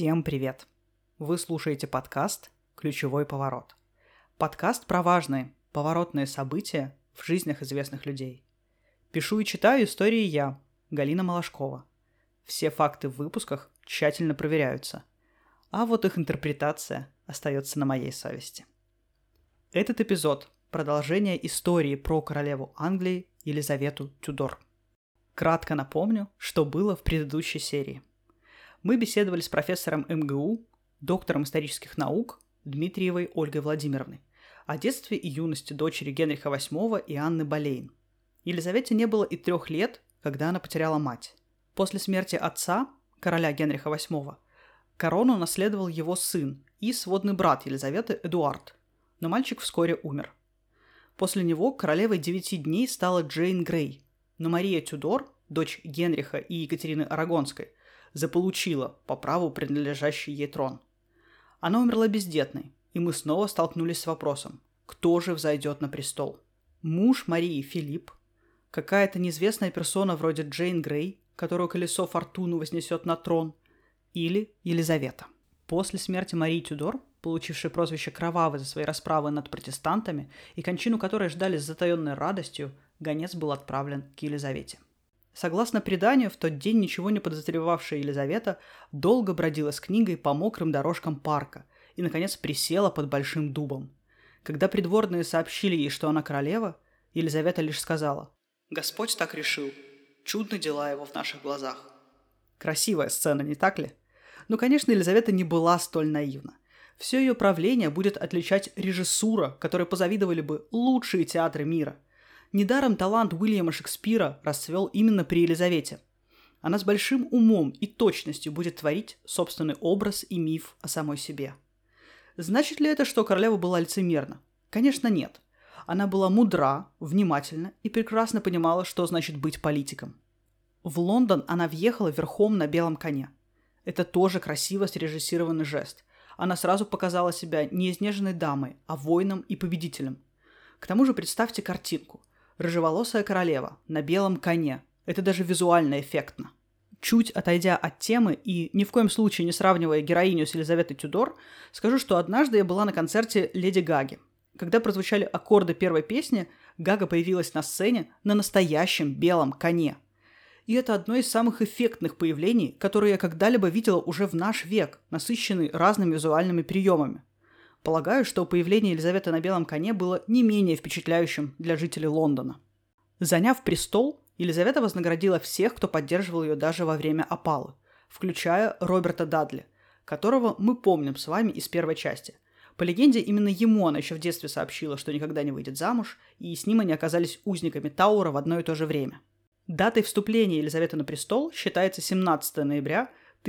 Всем привет! Вы слушаете подкаст «Ключевой поворот». Подкаст про важные, поворотные события в жизнях известных людей. Пишу и читаю истории я, Галина Малашкова. Все факты в выпусках тщательно проверяются, а вот их интерпретация остается на моей совести. Этот эпизод – продолжение истории про королеву Англии Елизавету Тюдор. Кратко напомню, что было в предыдущей серии. Мы беседовали с профессором МГУ, доктором исторических наук Дмитриевой Ольгой Владимировной о детстве и юности дочери Генриха VIII и Анны Болейн. Елизавете не было и 3 лет, когда она потеряла мать. После смерти отца, короля Генриха VIII, корону наследовал его сын и сводный брат Елизаветы Эдуард, но мальчик вскоре умер. После него королевой 9 дней стала Джейн Грей, но Мария Тюдор, дочь Генриха и Екатерины Арагонской, заполучила по праву принадлежащий ей трон. Она умерла бездетной, и мы снова столкнулись с вопросом, кто же взойдет на престол? Муж Марии Филипп, какая-то неизвестная персона вроде Джейн Грей, которую колесо фортуны вознесет на трон, или Елизавета. После смерти Марии Тюдор, получившей прозвище Кровавой за свои расправы над протестантами и кончину которой ждали с затаенной радостью, гонец был отправлен к Елизавете. Согласно преданию, в тот день ничего не подозревавшая Елизавета долго бродила с книгой по мокрым дорожкам парка и, наконец, присела под большим дубом. Когда придворные сообщили ей, что она королева, Елизавета лишь сказала: «Господь так решил. Чудны дела его в наших глазах». Красивая сцена, не так ли? Но, конечно, Елизавета не была столь наивна. Все ее правление будет отличать режиссура, которой позавидовали бы лучшие театры мира. Недаром талант Уильяма Шекспира расцвел именно при Елизавете. Она с большим умом и точностью будет творить собственный образ и миф о самой себе. Значит ли это, что королева была лицемерна? Конечно, нет. Она была мудра, внимательна и прекрасно понимала, что значит быть политиком. В Лондон она въехала верхом на белом коне. Это тоже красиво срежиссированный жест. Она сразу показала себя не изнеженной дамой, а воином и победителем. К тому же представьте картинку. Рыжеволосая королева на белом коне. Это даже визуально эффектно. Чуть отойдя от темы и ни в коем случае не сравнивая героиню с Елизаветой Тюдор, скажу, что однажды я была на концерте Леди Гаги. Когда прозвучали аккорды первой песни, Гага появилась на сцене на настоящем белом коне. И это одно из самых эффектных появлений, которые я когда-либо видела уже в наш век, насыщенный разными визуальными приемами. Полагаю, что появление Елизаветы на белом коне было не менее впечатляющим для жителей Лондона. Заняв престол, Елизавета вознаградила всех, кто поддерживал ее даже во время опалы, включая Роберта Дадли, которого мы помним с вами из первой части. По легенде, именно ему она еще в детстве сообщила, что никогда не выйдет замуж, и с ним они оказались узниками Тауэра в одно и то же время. Датой вступления Елизаветы на престол считается 17 ноября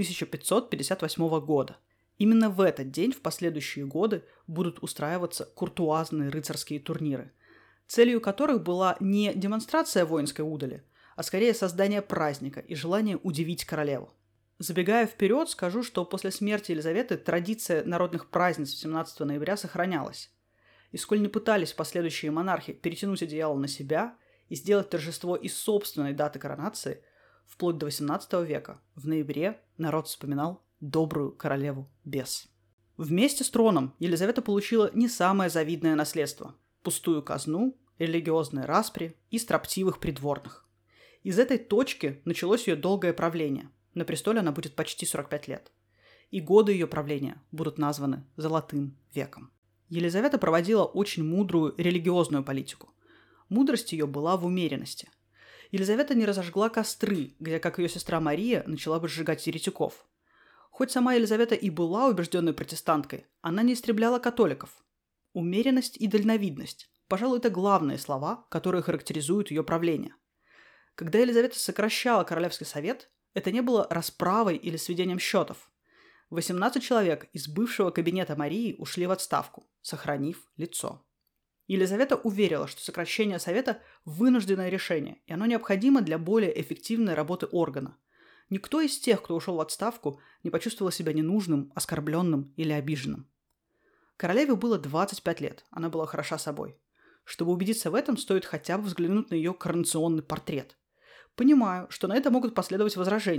1558 года. Именно в этот день в последующие годы будут устраиваться куртуазные рыцарские турниры, целью которых была не демонстрация воинской удали, а скорее создание праздника и желание удивить королеву. Забегая вперед, скажу, что после смерти Елизаветы традиция народных празднеств 17 ноября сохранялась. И сколь не пытались последующие монархи перетянуть одеяло на себя и сделать торжество из собственной даты коронации, вплоть до 18 века, в ноябре народ вспоминал добрую королеву Бес. Вместе с троном Елизавета получила не самое завидное наследство – пустую казну, религиозные распри и строптивых придворных. Из этой точки началось ее долгое правление. На престоле она будет почти 45 лет. И годы ее правления будут названы «золотым веком». Елизавета проводила очень мудрую религиозную политику. Мудрость ее была в умеренности. Елизавета не разожгла костры, где, как ее сестра Мария, начала бы сжигать еретиков. Хоть сама Елизавета и была убежденной протестанткой, она не истребляла католиков. Умеренность и дальновидность – пожалуй, это главные слова, которые характеризуют ее правление. Когда Елизавета сокращала Королевский совет, это не было расправой или сведением счетов. 18 человек из бывшего кабинета Марии ушли в отставку, сохранив лицо. Елизавета уверила, что сокращение совета – вынужденное решение, и оно необходимо для более эффективной работы органа. Никто из тех, кто ушел в отставку, не почувствовал себя ненужным, оскорбленным или обиженным. Королеве было 25 лет, она была хороша собой. Чтобы убедиться в этом, стоит хотя бы взглянуть на ее коронационный портрет. Понимаю, что на это могут последовать возражения.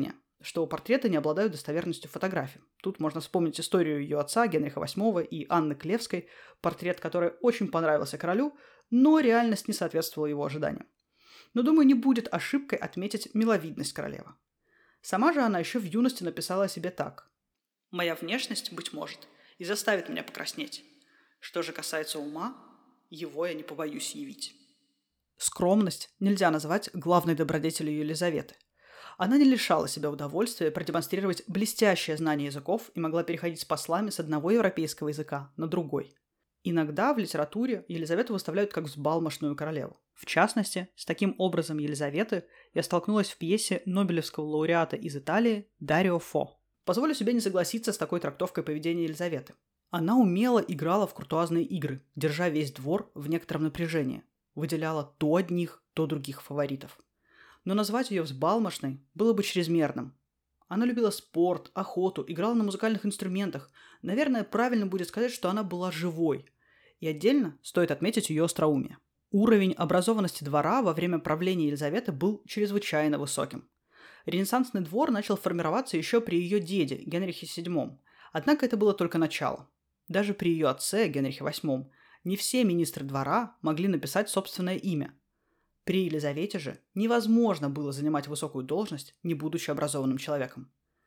что портреты не обладают достоверностью фотографий. Тут можно вспомнить историю ее отца Генриха VIII и Анны Клевской, портрет, который очень понравился королю, но реальность не соответствовала его ожиданиям. Но, думаю, не будет ошибкой отметить миловидность королевы. Сама же она еще в юности написала о себе так. «Моя внешность, быть может, и заставит меня покраснеть. Что же касается ума, его я не побоюсь явить». Скромность нельзя назвать главной добродетелью Елизаветы. Она не лишала себя удовольствия продемонстрировать блестящее знание языков и могла переходить с послами с одного европейского языка на другой. Иногда в литературе Елизавету выставляют как взбалмошную королеву. В частности, с таким образом Елизаветы я столкнулась в пьесе нобелевского лауреата из Италии Дарио Фо. Позволю себе не согласиться с такой трактовкой поведения Елизаветы. Она умело играла в куртуазные игры, держа весь двор в некотором напряжении. Выделяла то одних, то других фаворитов. Но назвать ее взбалмошной было бы чрезмерным. Она любила спорт, охоту, играла на музыкальных инструментах. Наверное, правильно будет сказать, что она была живой. И отдельно стоит отметить ее остроумие. Уровень образованности двора во время правления Елизаветы был чрезвычайно высоким. Ренессансный двор начал формироваться еще при ее деде Генрихе VII. Однако это было только начало. Даже при ее отце Генрихе VIII не все министры двора могли написать собственное имя. При Елизавете же невозможно было занимать высокую должность, не будучи образованным человеком.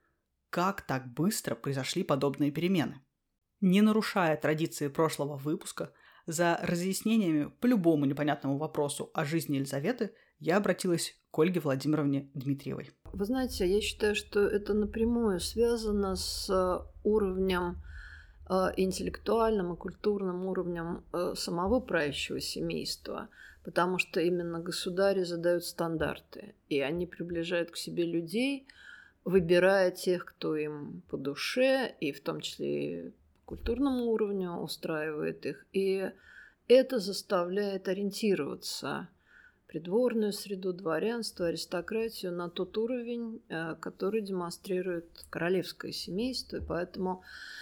Как так быстро произошли подобные перемены? Не нарушая традиции прошлого выпуска, за разъяснениями по любому непонятному вопросу о жизни Елизаветы я обратилась к Ольге Владимировне Дмитриевой. Вы знаете, я считаю, что это напрямую связано с уровнем интеллектуальным и культурным уровнем самого правящего семейства, потому что именно государи задают стандарты, и они приближают к себе людей, выбирая тех, кто им по душе, и в том числе и по культурному уровню устраивает их. И это заставляет ориентироваться придворную среду, дворянство, аристократию на тот уровень, который демонстрирует королевское семейство. И поэтому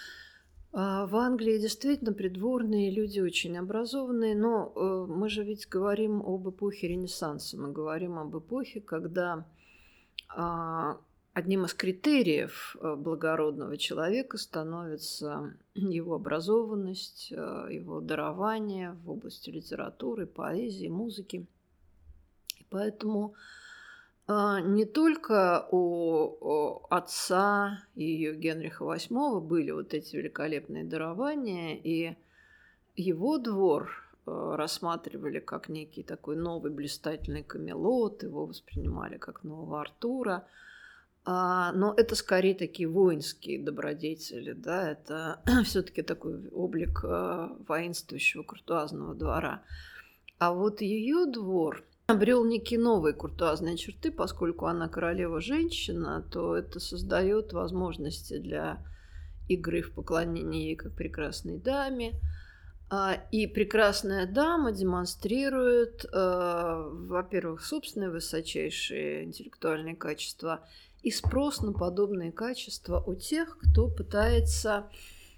в Англии действительно придворные люди очень образованные, но мы же ведь говорим об эпохе Ренессанса, мы говорим об эпохе, когда одним из критериев благородного человека становится его образованность, его дарование в области литературы, поэзии, музыки. И поэтому не только у отца ее Генриха VIII были вот эти великолепные дарования, и его двор рассматривали как некий такой новый блистательный Камелот, его воспринимали как нового Артура. Но это скорее такие воинские добродетели, да, это все-таки такой облик воинствующего куртуазного двора. А вот ее двор обрел некие новые куртуазные черты, поскольку она королева-женщина, то это создает возможности для игры в поклонении ей как прекрасной даме. И прекрасная дама демонстрирует, во-первых, собственные высочайшие интеллектуальные качества и спрос на подобные качества у тех, кто пытается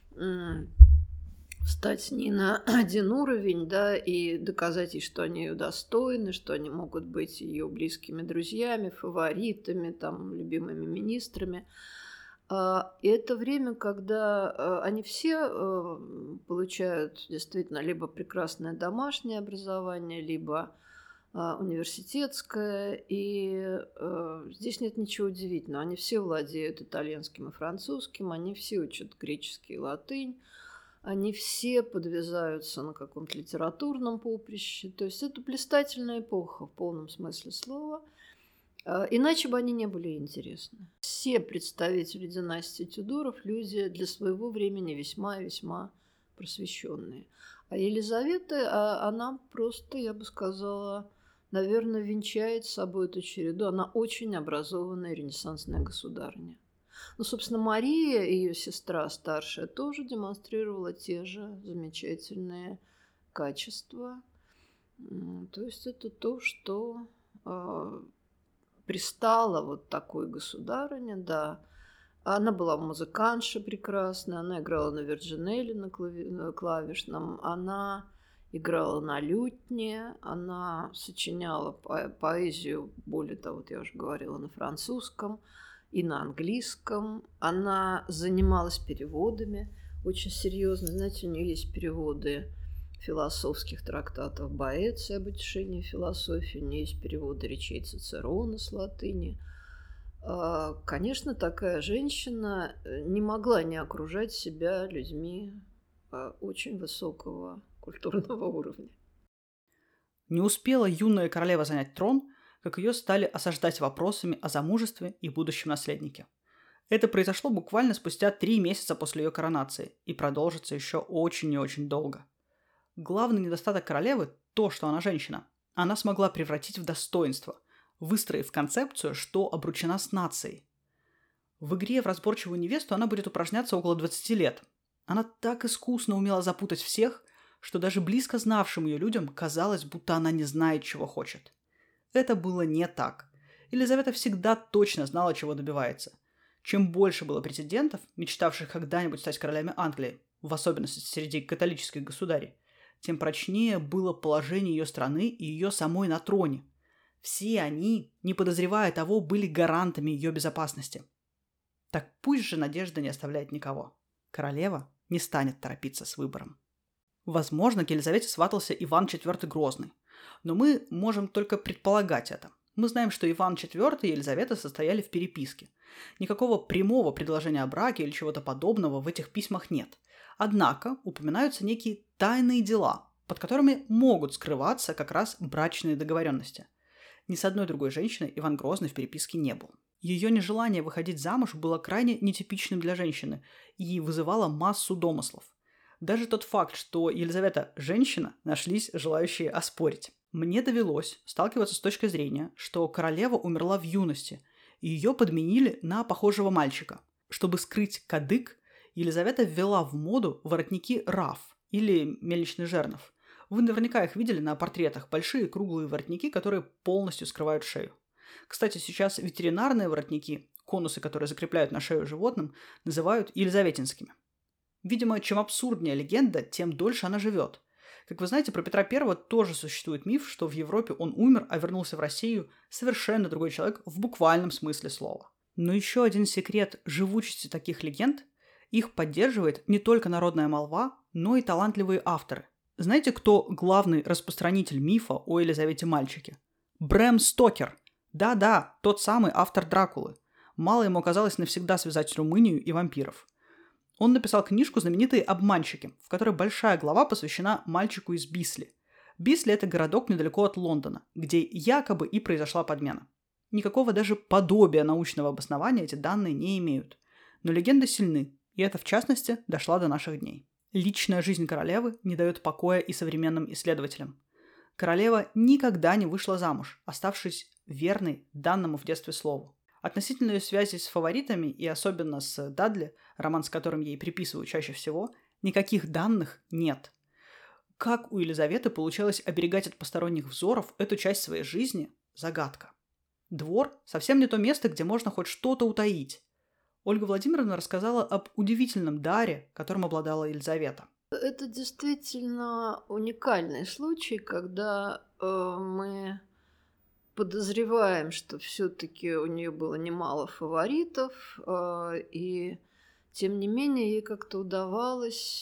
встать с ней на один уровень, да, и доказать ей, что они ее достойны, что они могут быть ее близкими друзьями, фаворитами, там, любимыми министрами. И это время, когда они все получают действительно либо прекрасное домашнее образование, либо университетское, и здесь нет ничего удивительного. Они все владеют итальянским и французским, они все учат греческий и латынь, они все подвязаются на каком-то литературном поприще. То есть это блистательная эпоха в полном смысле слова. Иначе бы они не были интересны. Все представители династии Тюдоров люди для своего времени весьма и весьма просвещенные. А Елизавета, она просто, я бы сказала, наверное, венчает с собой эту череду. Она очень образованная ренессансная государыня. Ну, собственно, Мария, ее сестра старшая, тоже демонстрировала те же замечательные качества. То есть это то, что пристала вот такой государыне, да. Она была музыкантша прекрасная, она играла на вирджинелле, на клавишном, она играла на лютне, она сочиняла поэзию, более того, вот я уже говорила, на французском. и на английском. Она занималась переводами очень серьезно. Знаете, у нее есть переводы философских трактатов Боэция об утешении философии, у нее есть переводы речей Цицерона с латыни. Конечно, такая женщина не могла не окружать себя людьми очень высокого культурного уровня. Не успела юная королева занять трон, как ее стали осаждать вопросами о замужестве и будущем наследнике. Это произошло буквально спустя 3 месяца после ее коронации и продолжится еще очень и очень долго. Главный недостаток королевы – то, что она женщина. Она смогла превратить в достоинство, выстроив концепцию, что обручена с нацией. В игре в разборчивую невесту она будет упражняться около 20 лет. Она так искусно умела запутать всех, что даже близко знавшим ее людям казалось, будто она не знает, чего хочет. Это было не так. Елизавета всегда точно знала, чего добивается. Чем больше было претендентов, мечтавших когда-нибудь стать королями Англии, в особенности среди католических государей, тем прочнее было положение ее страны и ее самой на троне. Все они, не подозревая того, были гарантами ее безопасности. Так пусть же надежда не оставляет никого. Королева не станет торопиться с выбором. Возможно, к Елизавете сватался Иван IV Грозный, но мы можем только предполагать это. Мы знаем, что Иван IV и Елизавета состояли в переписке. Никакого прямого предложения о браке или чего-то подобного в этих письмах нет. Однако упоминаются некие тайные дела, под которыми могут скрываться как раз брачные договоренности. Ни с одной другой женщиной Иван Грозный в переписке не был. Ее нежелание выходить замуж было крайне нетипичным для женщины и вызывало массу домыслов. Даже тот факт, что Елизавета женщина, нашлись желающие оспорить. Мне довелось сталкиваться с точкой зрения, что королева умерла в юности, и ее подменили на похожего мальчика. Чтобы скрыть кадык, Елизавета ввела в моду воротники раф или мельничный жернов. Вы наверняка их видели на портретах, большие круглые воротники, которые полностью скрывают шею. Кстати, сейчас ветеринарные воротники, конусы, которые закрепляют на шею животным, называют елизаветинскими. Видимо, чем абсурднее легенда, тем дольше она живет. Как вы знаете, про Петра I тоже существует миф, что в Европе он умер, а вернулся в Россию совершенно другой человек в буквальном смысле слова. Но еще один секрет живучести таких легенд – их поддерживает не только народная молва, но и талантливые авторы. Знаете, кто главный распространитель мифа о Елизавете Мальчике? Брэм Стокер. Да-да, тот самый автор Дракулы. Мало ему оказалось навсегда связать Румынию и вампиров. Он написал книжку «Знаменитые обманщики», в которой большая глава посвящена мальчику из Бисли. Бисли – это городок недалеко от Лондона, где якобы и произошла подмена. Никакого даже подобия научного обоснования эти данные не имеют. Но легенды сильны, и это, в частности, дошла до наших дней. Личная жизнь королевы не дает покоя и современным исследователям. Королева никогда не вышла замуж, оставшись верной данному в детстве слову. Относительно ее связи с фаворитами, и особенно с Дадли, роман с которым ей приписывают чаще всего, никаких данных нет. Как у Елизаветы получалось оберегать от посторонних взоров эту часть своей жизни – загадка. Двор – совсем не то место, где можно хоть что-то утаить. Ольга Владимировна рассказала об удивительном даре, которым обладала Елизавета. Это действительно уникальный случай, когда мы подозреваем, что все-таки у нее было немало фаворитов, и тем не менее ей как-то удавалось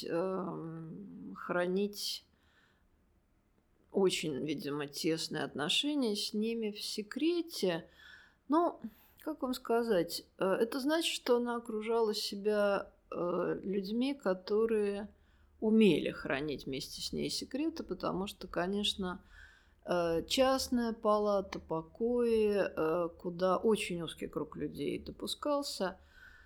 хранить очень, видимо, тесные отношения с ними в секрете. Но, как вам сказать, это значит, что она окружала себя людьми, которые умели хранить вместе с ней секреты, потому что, конечно, частная палата, покои, куда очень узкий круг людей допускался,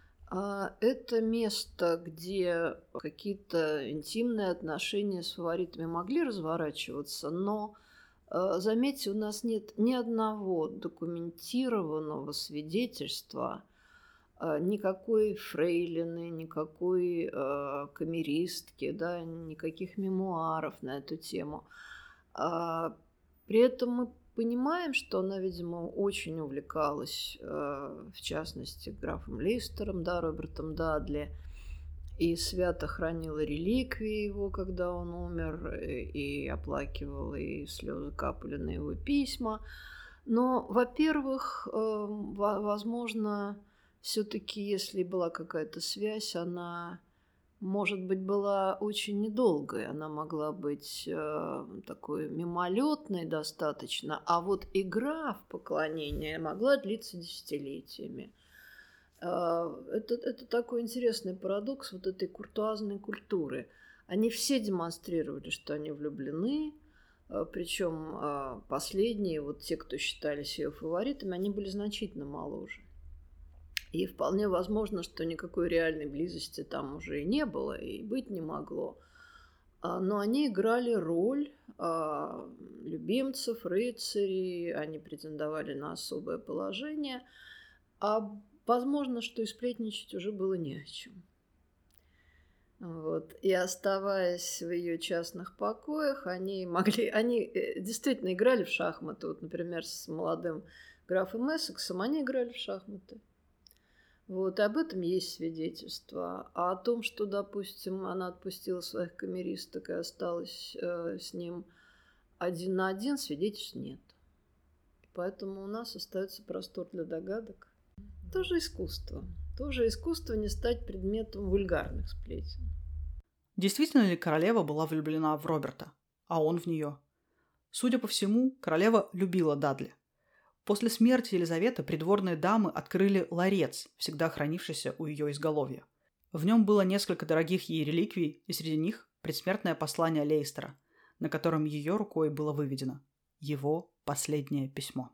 это место, где какие-то интимные отношения с фаворитами могли разворачиваться, но, заметьте, у нас нет ни одного документированного свидетельства, никакой фрейлины, никакой камеристки, да, никаких мемуаров на эту тему. При этом мы понимаем, что она, видимо, очень увлекалась, в частности, графом Лейстером, да, Робертом Дадли, и свято хранила реликвии его, когда он умер, и оплакивала, и слезы капали на его письма. Но, во-первых, возможно, все-таки, если была какая-то связь, она, может быть, была очень недолгой. Она могла быть такой мимолетной достаточно, а вот игра в поклонение могла длиться десятилетиями. Это такой интересный парадокс вот этой куртуазной культуры. Они все демонстрировали, что они влюблены, причем последние, вот те, кто считались ее фаворитами, они были значительно моложе. И вполне возможно, что никакой реальной близости там уже и не было, и быть не могло. Но они играли роль любимцев, рыцарей, они претендовали на особое положение, а возможно, что и сплетничать уже было не о чем. Вот. И оставаясь в ее частных покоях, они действительно играли в шахматы. Вот, например, с молодым графом Эссексом они играли в шахматы. Вот, и об этом есть свидетельство. А о том, что, допустим, она отпустила своих камеристок и осталась с ним один на один, свидетельств нет. Поэтому у нас остается простор для догадок. Тоже искусство. Тоже искусство не стать предметом вульгарных сплетен. Действительно ли королева была влюблена в Роберта, а он в нее? Судя по всему, королева любила Дадли. После смерти Елизаветы придворные дамы открыли ларец, всегда хранившийся у ее изголовья. В нем было несколько дорогих ей реликвий, и среди них предсмертное послание Лейстера, на котором ее рукой было выведено его последнее письмо.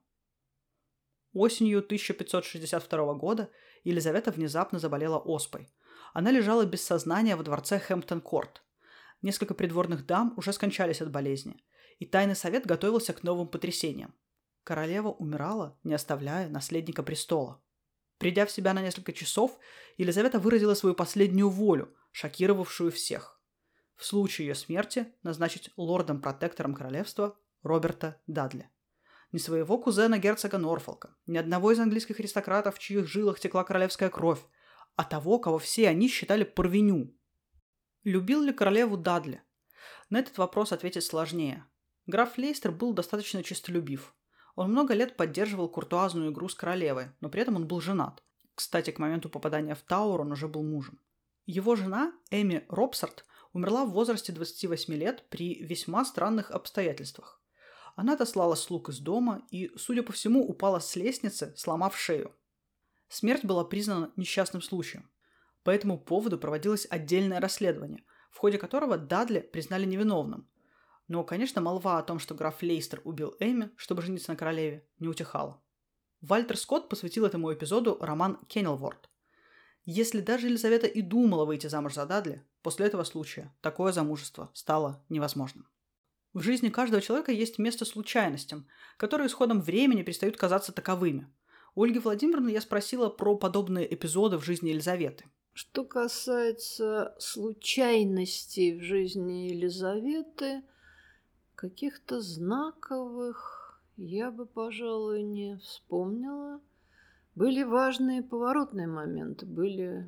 Осенью 1562 года Елизавета внезапно заболела оспой. Она лежала без сознания во дворце Хэмптон-Корт. Несколько придворных дам уже скончались от болезни, и тайный совет готовился к новым потрясениям. Королева умирала, не оставляя наследника престола. Придя в себя на несколько часов, Елизавета выразила свою последнюю волю, шокировавшую всех. В случае ее смерти назначить лордом-протектором королевства Роберта Дадли. Ни своего кузена герцога Норфолка, ни одного из английских аристократов, в чьих жилах текла королевская кровь, а того, кого все они считали парвеню. Любил ли королеву Дадли? На этот вопрос ответить сложнее. Граф Лейстер был достаточно честолюбив. Он много лет поддерживал куртуазную игру с королевой, но при этом он был женат. Кстати, к моменту попадания в Тауэр он уже был мужем. Его жена, Эми Робсарт, умерла в возрасте 28 лет при весьма странных обстоятельствах. Она отослала слуг из дома и, судя по всему, упала с лестницы, сломав шею. Смерть была признана несчастным случаем. По этому поводу проводилось отдельное расследование, в ходе которого Дадли признали невиновным. Но, конечно, молва о том, что граф Лейстер убил Эми, чтобы жениться на королеве, не утихала. Вальтер Скотт посвятил этому эпизоду роман «Кенилворт». Если даже Елизавета и думала выйти замуж за Дадли, после этого случая такое замужество стало невозможным. В жизни каждого человека есть место случайностям, которые с ходом времени перестают казаться таковыми. У Ольги Владимировны я спросила про подобные эпизоды в жизни Елизаветы. Что касается случайностей в жизни Елизаветы, каких-то знаковых я бы, пожалуй, не вспомнила. Были важные поворотные моменты, были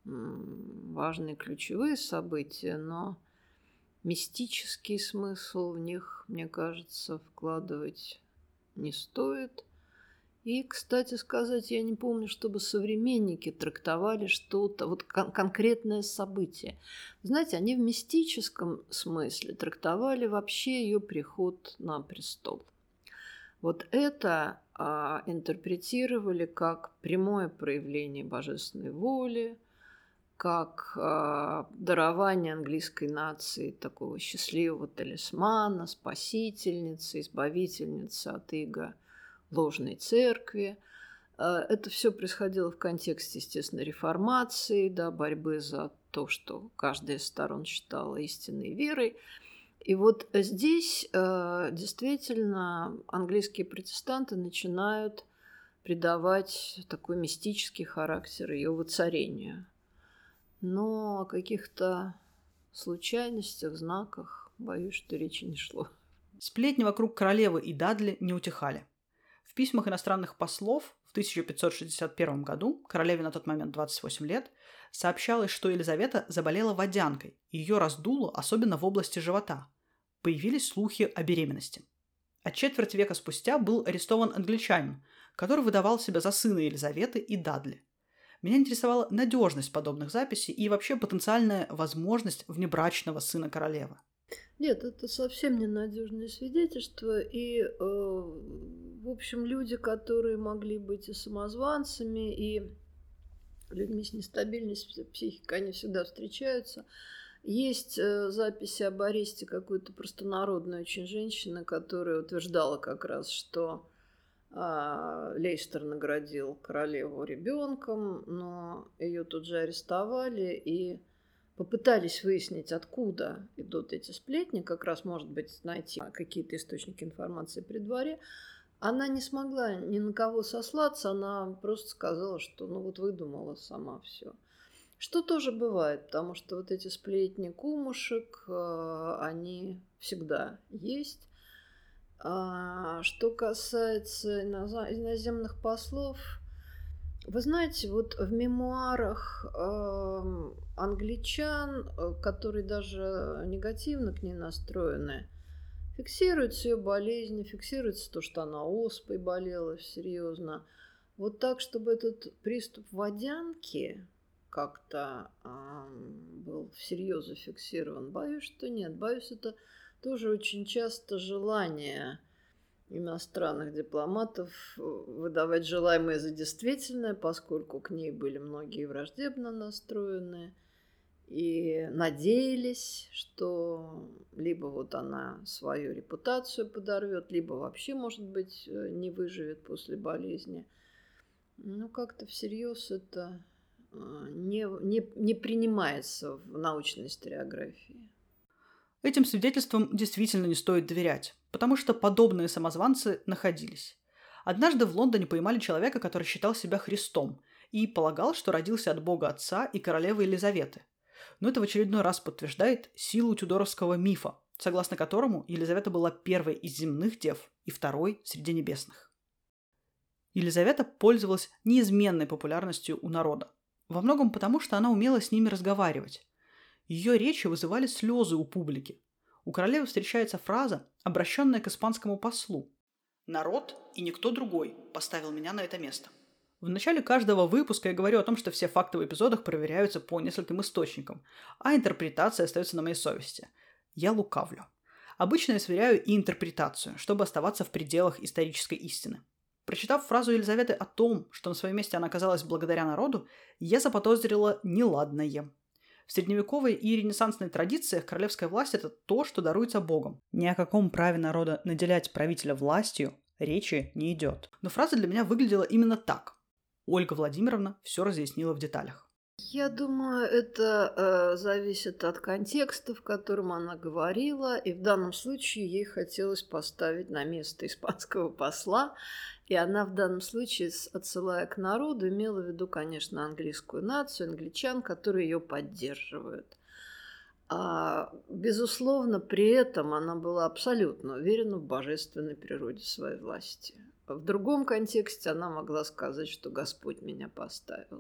важные ключевые события, но мистический смысл в них, мне кажется, вкладывать не стоит. И, кстати сказать, я не помню, чтобы современники трактовали что-то, вот конкретное событие. Знаете, они в мистическом смысле трактовали вообще ее приход на престол. Вот это интерпретировали как прямое проявление божественной воли, как дарование английской нации такого счастливого талисмана, спасительницы, избавительницы от ига ложной церкви. Это все происходило в контексте, естественно, реформации, да, борьбы за то, что каждая из сторон считала истинной верой. И вот здесь действительно английские протестанты начинают придавать такой мистический характер ее воцарению. Но о каких-то случайностях, знаках, боюсь, что речи не шло. Сплетни вокруг королевы и Дадли не утихали. В письмах иностранных послов в 1561 году, королеве на тот момент 28 лет, сообщалось, что Елизавета заболела водянкой, и ее раздуло, особенно в области живота. Появились слухи о беременности. А четверть века спустя был арестован англичанин, который выдавал себя за сына Елизаветы и Дадли. Меня интересовала надежность подобных записей и вообще потенциальная возможность внебрачного сына королевы. Нет, это совсем ненадежное свидетельство. И, в общем, люди, которые могли быть и самозванцами, и людьми с нестабильной психикой, они всегда встречаются. Есть записи об аресте какой-то простонародной очень женщины, которая утверждала как раз, что Лейстер наградил королеву ребенком, но ее тут же арестовали и попытались выяснить, откуда идут эти сплетни, как раз, может быть, найти какие-то источники информации при дворе. Она не смогла ни на кого сослаться, она просто сказала, что ну вот выдумала сама все. Что тоже бывает, потому что вот эти сплетни кумушек, они всегда есть. Что касается иноземных послов, вы знаете, вот в мемуарах англичан, которые даже негативно к ней настроены, фиксируется ее болезнь, фиксируется то, что она оспой болела серьезно. Вот так, чтобы этот приступ водянки как-то был всерьез зафиксирован, боюсь, что нет. Боюсь, это тоже очень часто желание иностранных дипломатов выдавать желаемое за действительное, поскольку к ней были многие враждебно настроены и надеялись, что либо вот она свою репутацию подорвет, либо вообще, может быть, не выживет после болезни. Ну, как-то всерьез это не принимается в научной историографии. Этим свидетельствам действительно не стоит доверять, потому что подобные самозванцы находились. Однажды в Лондоне поймали человека, который считал себя Христом и полагал, что родился от Бога Отца и королевы Елизаветы. Но это в очередной раз подтверждает силу тюдоровского мифа, согласно которому Елизавета была первой из земных дев и второй среди небесных. Елизавета пользовалась неизменной популярностью у народа. Во многом потому, что она умела с ними разговаривать. Ее речи вызывали слезы у публики. У королевы встречается фраза, обращенная к испанскому послу. «Народ и никто другой поставил меня на это место». В начале каждого выпуска я говорю о том, что все факты в эпизодах проверяются по нескольким источникам, а интерпретация остается на моей совести. Я лукавлю. Обычно я сверяю и интерпретацию, чтобы оставаться в пределах исторической истины. Прочитав фразу Елизаветы о том, что на своем месте она оказалась благодаря народу, я заподозрила неладное. В средневековой и ренессансной традициях королевская власть – это то, что даруется Богом. Ни о каком праве народа наделять правителя властью речи не идет. Но фраза для меня выглядела именно так. Ольга Владимировна все разъяснила в деталях. Я думаю, это зависит от контекста, в котором она говорила, и в данном случае ей хотелось поставить на место испанского посла, и она в данном случае, отсылая к народу, имела в виду, конечно, английскую нацию, англичан, которые ее поддерживают. Безусловно, при этом она была абсолютно уверена в божественной природе своей власти. В другом контексте она могла сказать, что Господь меня поставил.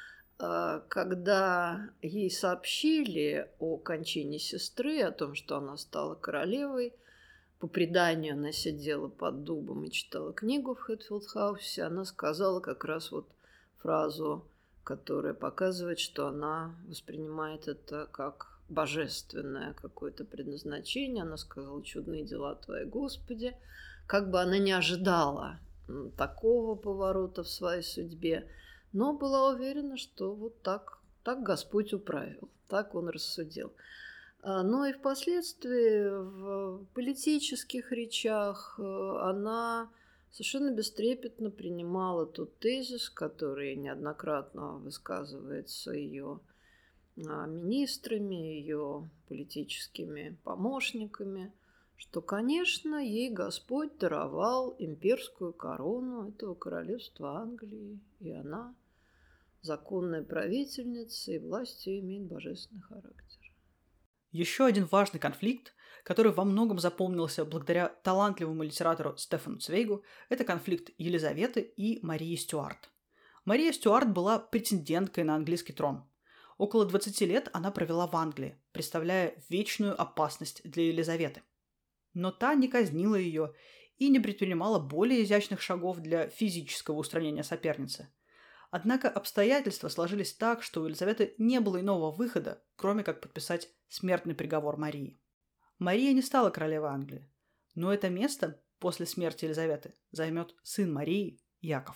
Когда ей сообщили о кончине сестры, о том, что она стала королевой, по преданию она сидела под дубом и читала книгу в Хэтфилд-хаусе, она сказала как раз вот фразу, которая показывает, что она воспринимает это как божественное какое-то предназначение. Она сказала: «Чудные дела Твои, Господи». Как бы она не ожидала такого поворота в своей судьбе, но была уверена, что вот так Господь управил, так Он рассудил. Но и впоследствии в политических речах она совершенно бестрепетно принимала тот тезис, который неоднократно высказывается ее министрами, ее политическими помощниками, что, конечно, ей Господь даровал имперскую корону этого королевства Англии, и она законная правительница, и власть ее имеет божественный характер. Еще один важный конфликт, который во многом запомнился благодаря талантливому литератору Стефану Цвейгу, это конфликт Елизаветы и Марии Стюарт. Мария Стюарт была претенденткой на английский трон. Около 20 лет она провела в Англии, представляя вечную опасность для Елизаветы. Но та не казнила ее и не предпринимала более изящных шагов для физического устранения соперницы. Однако обстоятельства сложились так, что у Елизаветы не было иного выхода, кроме как подписать смертный приговор Марии. Мария не стала королевой Англии, но это место после смерти Елизаветы займет сын Марии, Яков.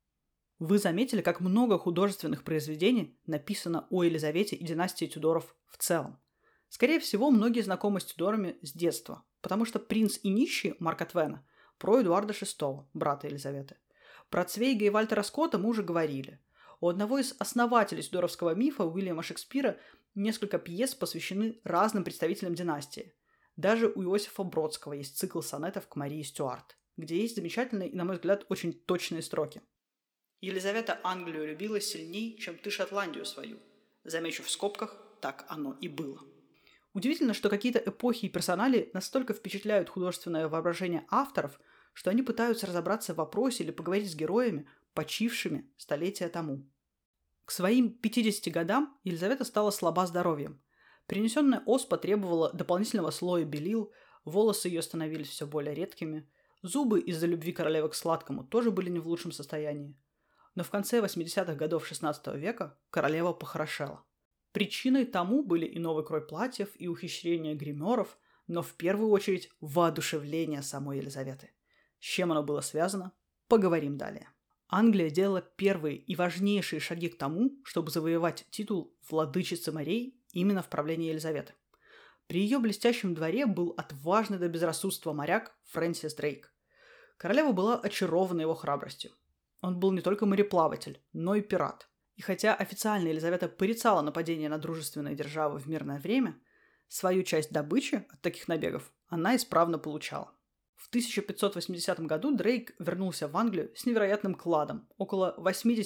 Вы заметили, как много художественных произведений написано о Елизавете и династии Тюдоров в целом. Скорее всего, многие знакомы с Тюдорами с детства, потому что «Принц и нищий» Марка Твена про Эдуарда VI, брата Елизаветы. Про Цвейга и Вальтера Скотта мы уже говорили. У одного из основателей тюдоровского мифа, Уильяма Шекспира, несколько пьес посвящены разным представителям династии. Даже у Иосифа Бродского есть цикл сонетов к Марии Стюарт, где есть замечательные и, на мой взгляд, очень точные строки. «Елизавета Англию любила сильней, чем ты Шотландию свою. Замечу в скобках, так оно и было». Удивительно, что какие-то эпохи и персонали настолько впечатляют художественное воображение авторов, что они пытаются разобраться в вопросе или поговорить с героями, почившими столетия тому. К своим 50 годам Елизавета стала слаба здоровьем. Перенесенная оспа требовала дополнительного слоя белил, волосы ее становились все более редкими, зубы из-за любви королевы к сладкому тоже были не в лучшем состоянии. Но в конце 80-х годов XVI века королева похорошела. Причиной тому были и новый крой платьев, и ухищрения гримеров, но в первую очередь воодушевление самой Елизаветы. С чем оно было связано, поговорим далее. Англия делала первые и важнейшие шаги к тому, чтобы завоевать титул владычицы морей именно в правлении Елизаветы. При ее блестящем дворе был отважный до безрассудства моряк Фрэнсис Дрейк. Королева была очарована его храбростью. Он был не только мореплаватель, но и пират. И хотя официально Елизавета порицала нападения на дружественные державы в мирное время, свою часть добычи от таких набегов она исправно получала. В 1580 году Дрейк вернулся в Англию с невероятным кладом – около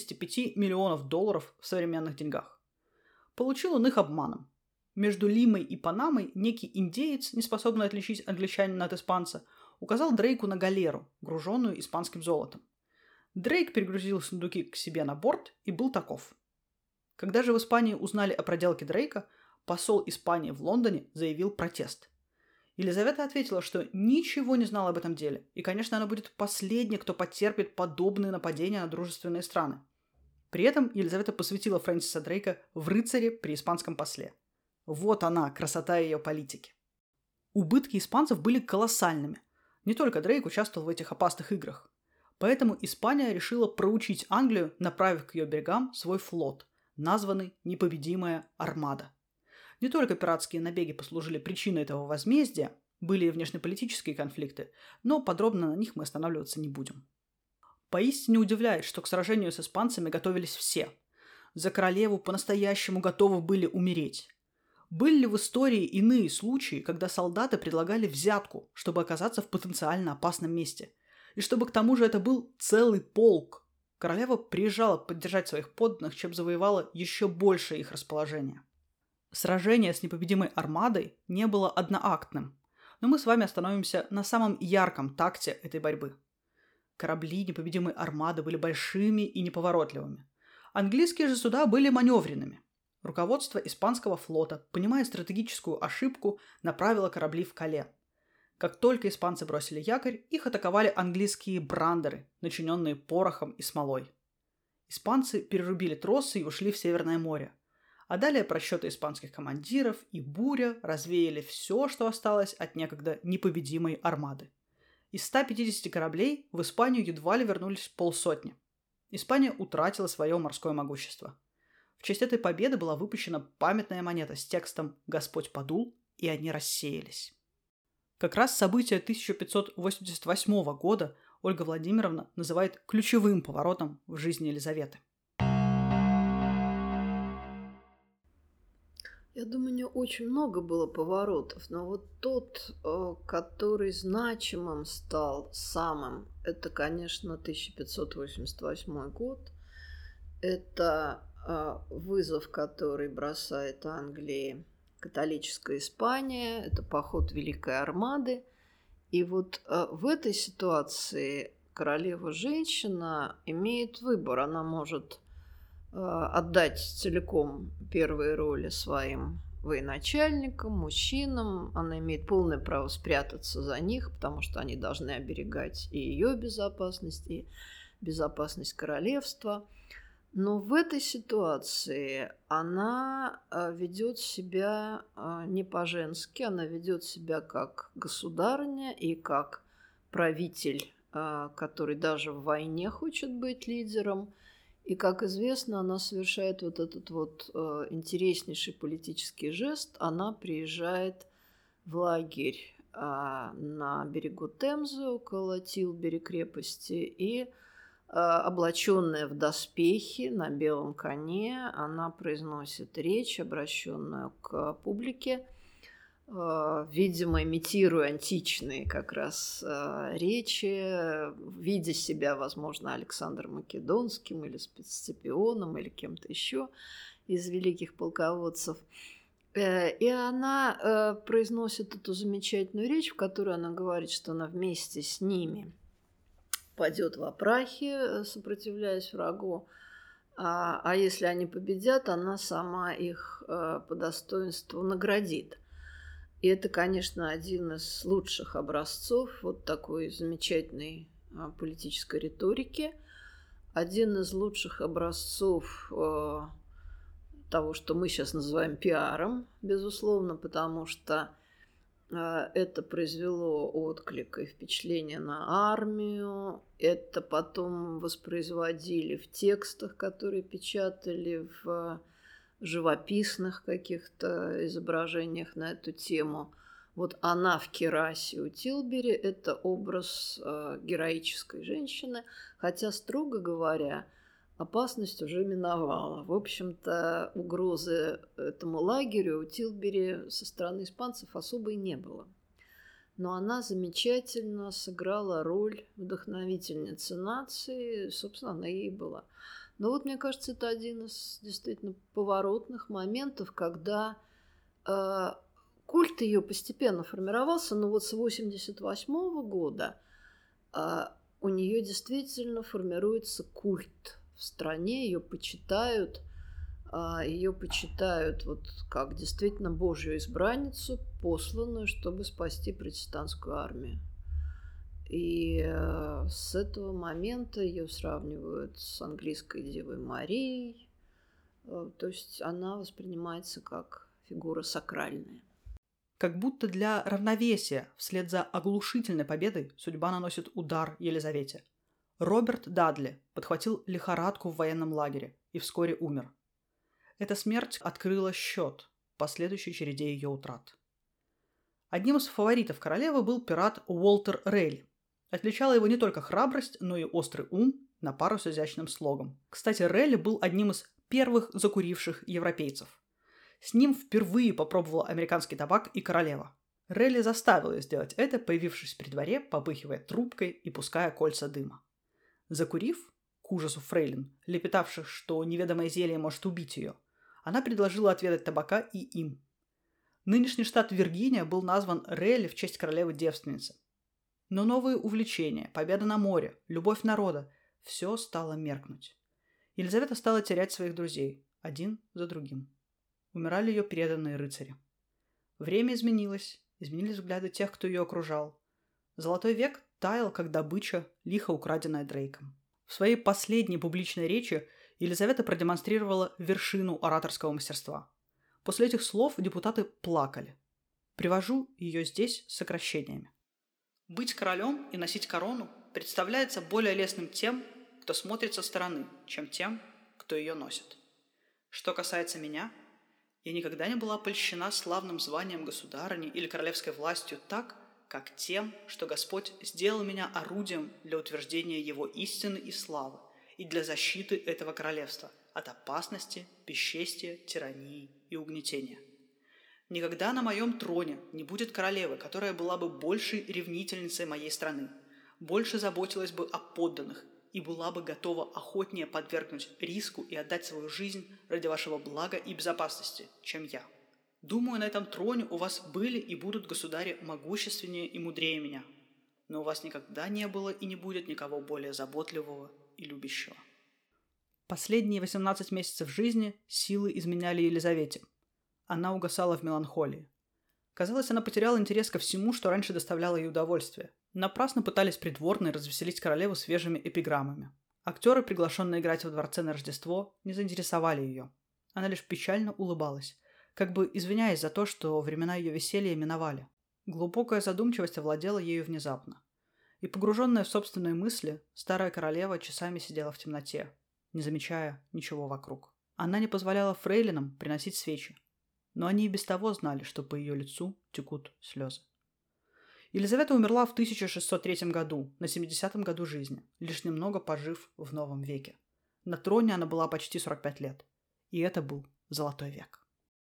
85 миллионов долларов в современных деньгах. Получил он их обманом. Между Лимой и Панамой некий индеец, не способный отличить англичанина от испанца, указал Дрейку на галеру, груженную испанским золотом. Дрейк перегрузил сундуки к себе на борт и был таков. Когда же в Испании узнали о проделке Дрейка, посол Испании в Лондоне заявил протест. Елизавета ответила, что ничего не знала об этом деле, и, конечно, она будет последней, кто потерпит подобные нападения на дружественные страны. При этом Елизавета посвятила Фрэнсиса Дрейка в рыцаре при испанском после. Вот она, красота ее политики. Убытки испанцев были колоссальными. Не только Дрейк участвовал в этих опасных играх. Поэтому Испания решила проучить Англию, направив к ее берегам свой флот, названный «Непобедимая Армада». Не только пиратские набеги послужили причиной этого возмездия, были и внешнеполитические конфликты, но подробно на них мы останавливаться не будем. Поистине удивляет, что к сражению с испанцами готовились все. За королеву по-настоящему готовы были умереть. Были ли в истории иные случаи, когда солдаты предлагали взятку, чтобы оказаться в потенциально опасном месте? И чтобы к тому же это был целый полк. Королева приезжала поддержать своих подданных, чем завоевала еще больше их расположения. Сражение с непобедимой армадой не было одноактным, но мы с вами остановимся на самом ярком такте этой борьбы. Корабли непобедимой армады были большими и неповоротливыми. Английские же суда были маневренными. Руководство испанского флота, понимая стратегическую ошибку, направило корабли в Кале. Как только испанцы бросили якорь, их атаковали английские брандеры, начиненные порохом и смолой. Испанцы перерубили тросы и ушли в Северное море. А далее просчеты испанских командиров и буря развеяли все, что осталось от некогда непобедимой армады. Из 150 кораблей в Испанию едва ли вернулись полсотни. Испания утратила свое морское могущество. В честь этой победы была выпущена памятная монета с текстом «Господь подул, и они рассеялись». Как раз событие 1588 года Ольга Владимировна называет ключевым поворотом в жизни Елизаветы. Я думаю, у нее очень много было поворотов, но вот тот, который значимым стал самым, это, конечно, 1588 год. Это вызов, который бросает Англии католическая Испания, это поход Великой Армады. И вот в этой ситуации королева-женщина имеет выбор. Она может отдать целиком первые роли своим военачальникам, мужчинам. Она имеет полное право спрятаться за них, потому что они должны оберегать и ее безопасность, и безопасность королевства. Но в этой ситуации она ведет себя не по-женски, она ведет себя как государыня и как правитель, который даже в войне хочет быть лидером. И, как известно, она совершает вот этот вот интереснейший политический жест. Она приезжает в лагерь на берегу Темзы, около Тилбери крепости, и облаченная в доспехи на белом коне, она произносит речь, обращенную к публике, видимо, имитируя античные как раз речи, видя себя, возможно, Александром Македонским или Сципионом или кем-то еще из великих полководцев. И она произносит эту замечательную речь, в которой она говорит, что она вместе с ними падет во прахе, сопротивляясь врагу. А если они победят, она сама их по достоинству наградит. И это, конечно, один из лучших образцов вот такой замечательной политической риторики. Один из лучших образцов того, что мы сейчас называем пиаром, безусловно, потому что это произвело отклик и впечатление на армию. Это потом воспроизводили в текстах, которые печатали, в живописных каких-то изображениях на эту тему. Вот она в кирасе у Тилбери – это образ героической женщины, хотя, строго говоря, опасность уже миновала. В общем-то, угрозы этому лагерю у Тилбери со стороны испанцев особо и не было. Но она замечательно сыграла роль вдохновительницы нации, собственно, она ей была. Но вот, мне кажется, это один из действительно поворотных моментов, когда культ ее постепенно формировался, но вот с 1988 года у нее действительно формируется культ в стране, ее почитают вот как действительно Божью избранницу, посланную, чтобы спасти протестантскую армию. И с этого момента ее сравнивают с английской Девой Марией. То есть она воспринимается как фигура сакральная. Как будто для равновесия вслед за оглушительной победой судьба наносит удар Елизавете. Роберт Дадли подхватил лихорадку в военном лагере и вскоре умер. Эта смерть открыла счет последующей череде ее утрат. Одним из фаворитов королевы был пират Уолтер Рейли. Отличала его не только храбрость, но и острый ум на пару с изящным слогом. Кстати, Рейли был одним из первых закуривших европейцев. С ним впервые попробовала американский табак и королева. Рейли заставил ее сделать это, появившись при дворе, попыхивая трубкой и пуская кольца дыма. Закурив, к ужасу фрейлин, лепетавших, что неведомое зелье может убить ее, она предложила отведать табака и им. Нынешний штат Виргиния был назван Рейли в честь королевы-девственницы. Но новые увлечения, победа на море, любовь народа – все стало меркнуть. Елизавета стала терять своих друзей, один за другим. Умирали ее преданные рыцари. Время изменилось, изменились взгляды тех, кто ее окружал. Золотой век таял, как добыча, лихо украденная Дрейком. В своей последней публичной речи Елизавета продемонстрировала вершину ораторского мастерства. После этих слов депутаты плакали. Привожу ее здесь с сокращениями. Быть королем и носить корону представляется более лестным тем, кто смотрит со стороны, чем тем, кто ее носит. Что касается меня, я никогда не была польщена славным званием государыни или королевской властью так, как тем, что Господь сделал меня орудием для утверждения Его истины и славы и для защиты этого королевства от опасности, бесчестия, тирании и угнетения. Никогда на моем троне не будет королевы, которая была бы большей ревнительницей моей страны, больше заботилась бы о подданных и была бы готова охотнее подвергнуть риску и отдать свою жизнь ради вашего блага и безопасности, чем я. Думаю, на этом троне у вас были и будут государи могущественнее и мудрее меня, но у вас никогда не было и не будет никого более заботливого и любящего. Последние 18 месяцев жизни силы изменяли Елизавете. Она угасала в меланхолии. Казалось, она потеряла интерес ко всему, что раньше доставляло ей удовольствие. Напрасно пытались придворные развеселить королеву свежими эпиграммами. Актеры, приглашенные играть во дворце на Рождество, не заинтересовали ее. Она лишь печально улыбалась, как бы извиняясь за то, что времена ее веселья миновали. Глубокая задумчивость овладела ею внезапно. И, погруженная в собственные мысли, старая королева часами сидела в темноте, не замечая ничего вокруг. Она не позволяла фрейлинам приносить свечи, но они и без того знали, что по ее лицу текут слезы. Елизавета умерла в 1603 году, на 70-м году жизни, лишь немного пожив в новом веке. На троне она была почти 45 лет, и это был золотой век.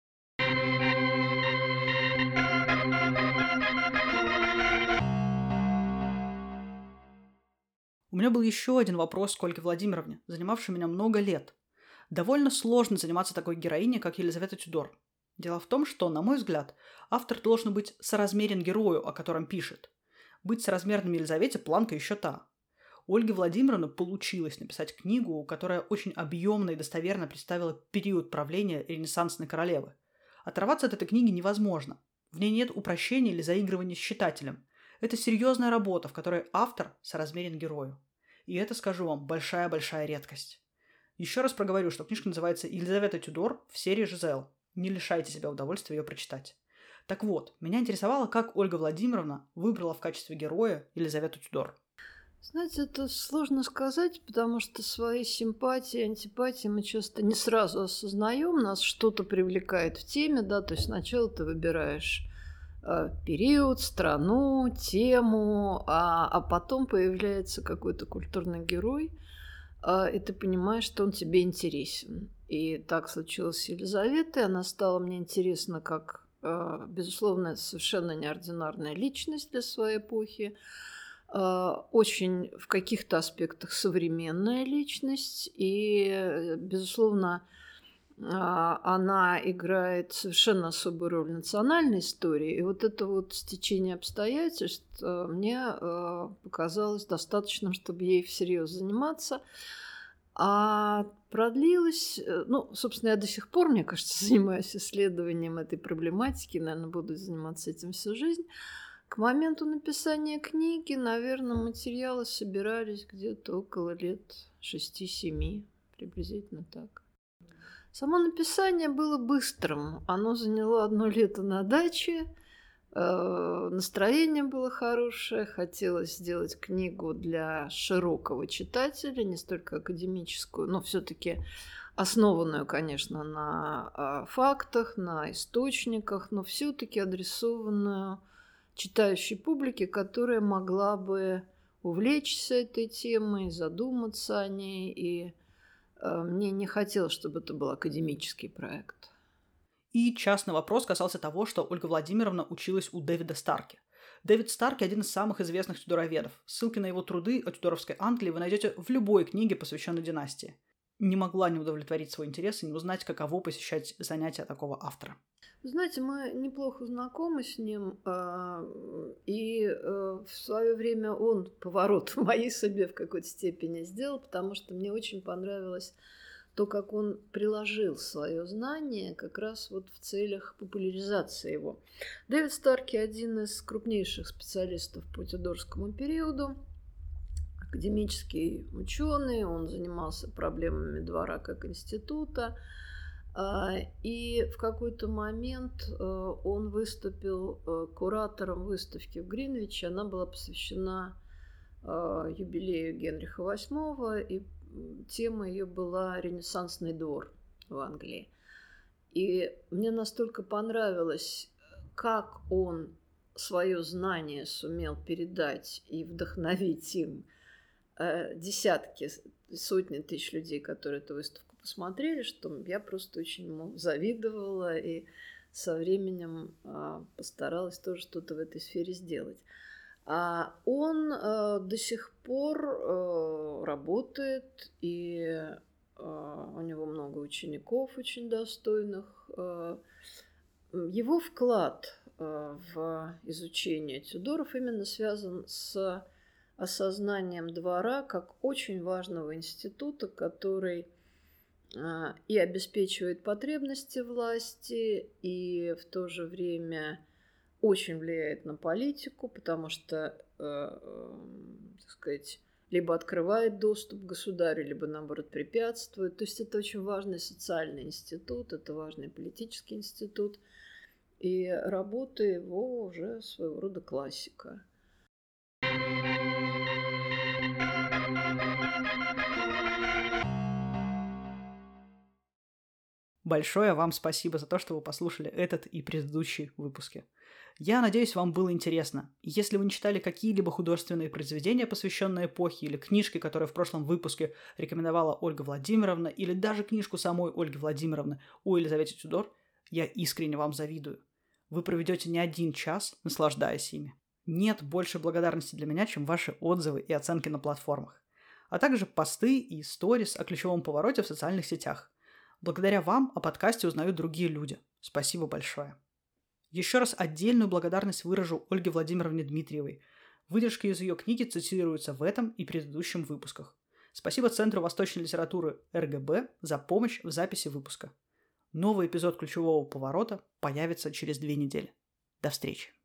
У меня был еще один вопрос к Ольге Владимировне, занимавший меня много лет. Довольно сложно заниматься такой героиней, как Елизавета Тюдор. Дело в том, что, на мой взгляд, автор должен быть соразмерен герою, о котором пишет. Быть соразмерным Елизавете планка еще та. У Ольги Владимировны получилось написать книгу, которая очень объемно и достоверно представила период правления ренессансной королевы. Оторваться от этой книги невозможно. В ней нет упрощения или заигрывания с читателем. Это серьезная работа, в которой автор соразмерен герою. И это, скажу вам, большая-большая редкость. Еще раз проговорю, что книжка называется «Елизавета Тюдор» в серии «Жизель». Не лишайте себя удовольствия ее прочитать. Так вот, меня интересовало, как Ольга Владимировна выбрала в качестве героя Елизавету Тюдор. Знаете, это сложно сказать, потому что свои симпатии, антипатии мы часто не сразу осознаем, нас что-то привлекает в теме, да, то есть сначала ты выбираешь период, страну, тему, а потом появляется какой-то культурный герой, и ты понимаешь, что он тебе интересен. И так случилось с Елизаветой. Она стала мне интересна как, безусловно, совершенно неординарная личность для своей эпохи, очень в каких-то аспектах современная личность, и, безусловно, она играет совершенно особую роль в национальной истории. И вот это вот стечение обстоятельств мне показалось достаточным, чтобы ей всерьез заниматься. А продлилось, ну, собственно, я до сих пор, мне кажется, занимаюсь исследованием этой проблематики, наверное, буду заниматься этим всю жизнь. К моменту написания книги, наверное, материалы собирались где-то около лет 6-7, приблизительно так. Само написание было быстрым. Оно заняло 1 лето на даче. Настроение было хорошее. Хотелось сделать книгу для широкого читателя, не столько академическую, но все-таки основанную, конечно, на фактах, на источниках, но все-таки адресованную читающей публике, которая могла бы увлечься этой темой, задуматься о ней. И мне не хотелось, чтобы это был академический проект. И частный вопрос касался того, что Ольга Владимировна училась у Дэвида Старки. Дэвид Старки – один из самых известных тюдороведов. Ссылки на его труды о тюдоровской Англии вы найдете в любой книге, посвященной династии. Не могла не удовлетворить свой интерес и не узнать, каково посещать занятия такого автора. Знаете, мы неплохо знакомы с ним, и в свое время он поворот в моей судьбе в какой-то степени сделал, потому что мне очень понравилось то, как он приложил свое знание как раз вот в целях популяризации его. Дэвид Старки – один из крупнейших специалистов по тюдорскому периоду, академический ученый, он занимался проблемами двора как института. И в какой-то момент он выступил куратором выставки в Гринвиче. Она была посвящена юбилею Генриха VIII, и тема ее была «Ренессансный двор в Англии». И мне настолько понравилось, как он свое знание сумел передать и вдохновить им десятки, сотни тысяч людей, которые эту выставку посмотрели, что я просто очень ему завидовала и со временем постаралась тоже что-то в этой сфере сделать. Он до сих пор работает, и у него много учеников очень достойных. Его вклад в изучение Тюдоров именно связан с осознанием двора как очень важного института, который и обеспечивает потребности власти, и в то же время очень влияет на политику, потому что, так сказать, либо открывает доступ к государю, либо, наоборот, препятствует. То есть это очень важный социальный институт, это важный политический институт. И работа его уже своего рода классика. Большое вам спасибо за то, что вы послушали этот и предыдущие выпуски. Я надеюсь, вам было интересно. Если вы не читали какие-либо художественные произведения, посвященные эпохе, или книжки, которые в прошлом выпуске рекомендовала Ольга Владимировна, или даже книжку самой Ольги Владимировны о Елизавете Тюдор, я искренне вам завидую. Вы проведете не 1 час, наслаждаясь ими. Нет больше благодарности для меня, чем ваши отзывы и оценки на платформах, а также посты и сторис о ключевом повороте в социальных сетях. Благодаря вам о подкасте узнают другие люди. Спасибо большое. Еще раз отдельную благодарность выражу Ольге Владимировне Дмитриевой. Выдержки из ее книги цитируются в этом и предыдущем выпусках. Спасибо Центру восточной литературы РГБ за помощь в записи выпуска. Новый эпизод «Ключевого поворота» появится через 2 недели. До встречи.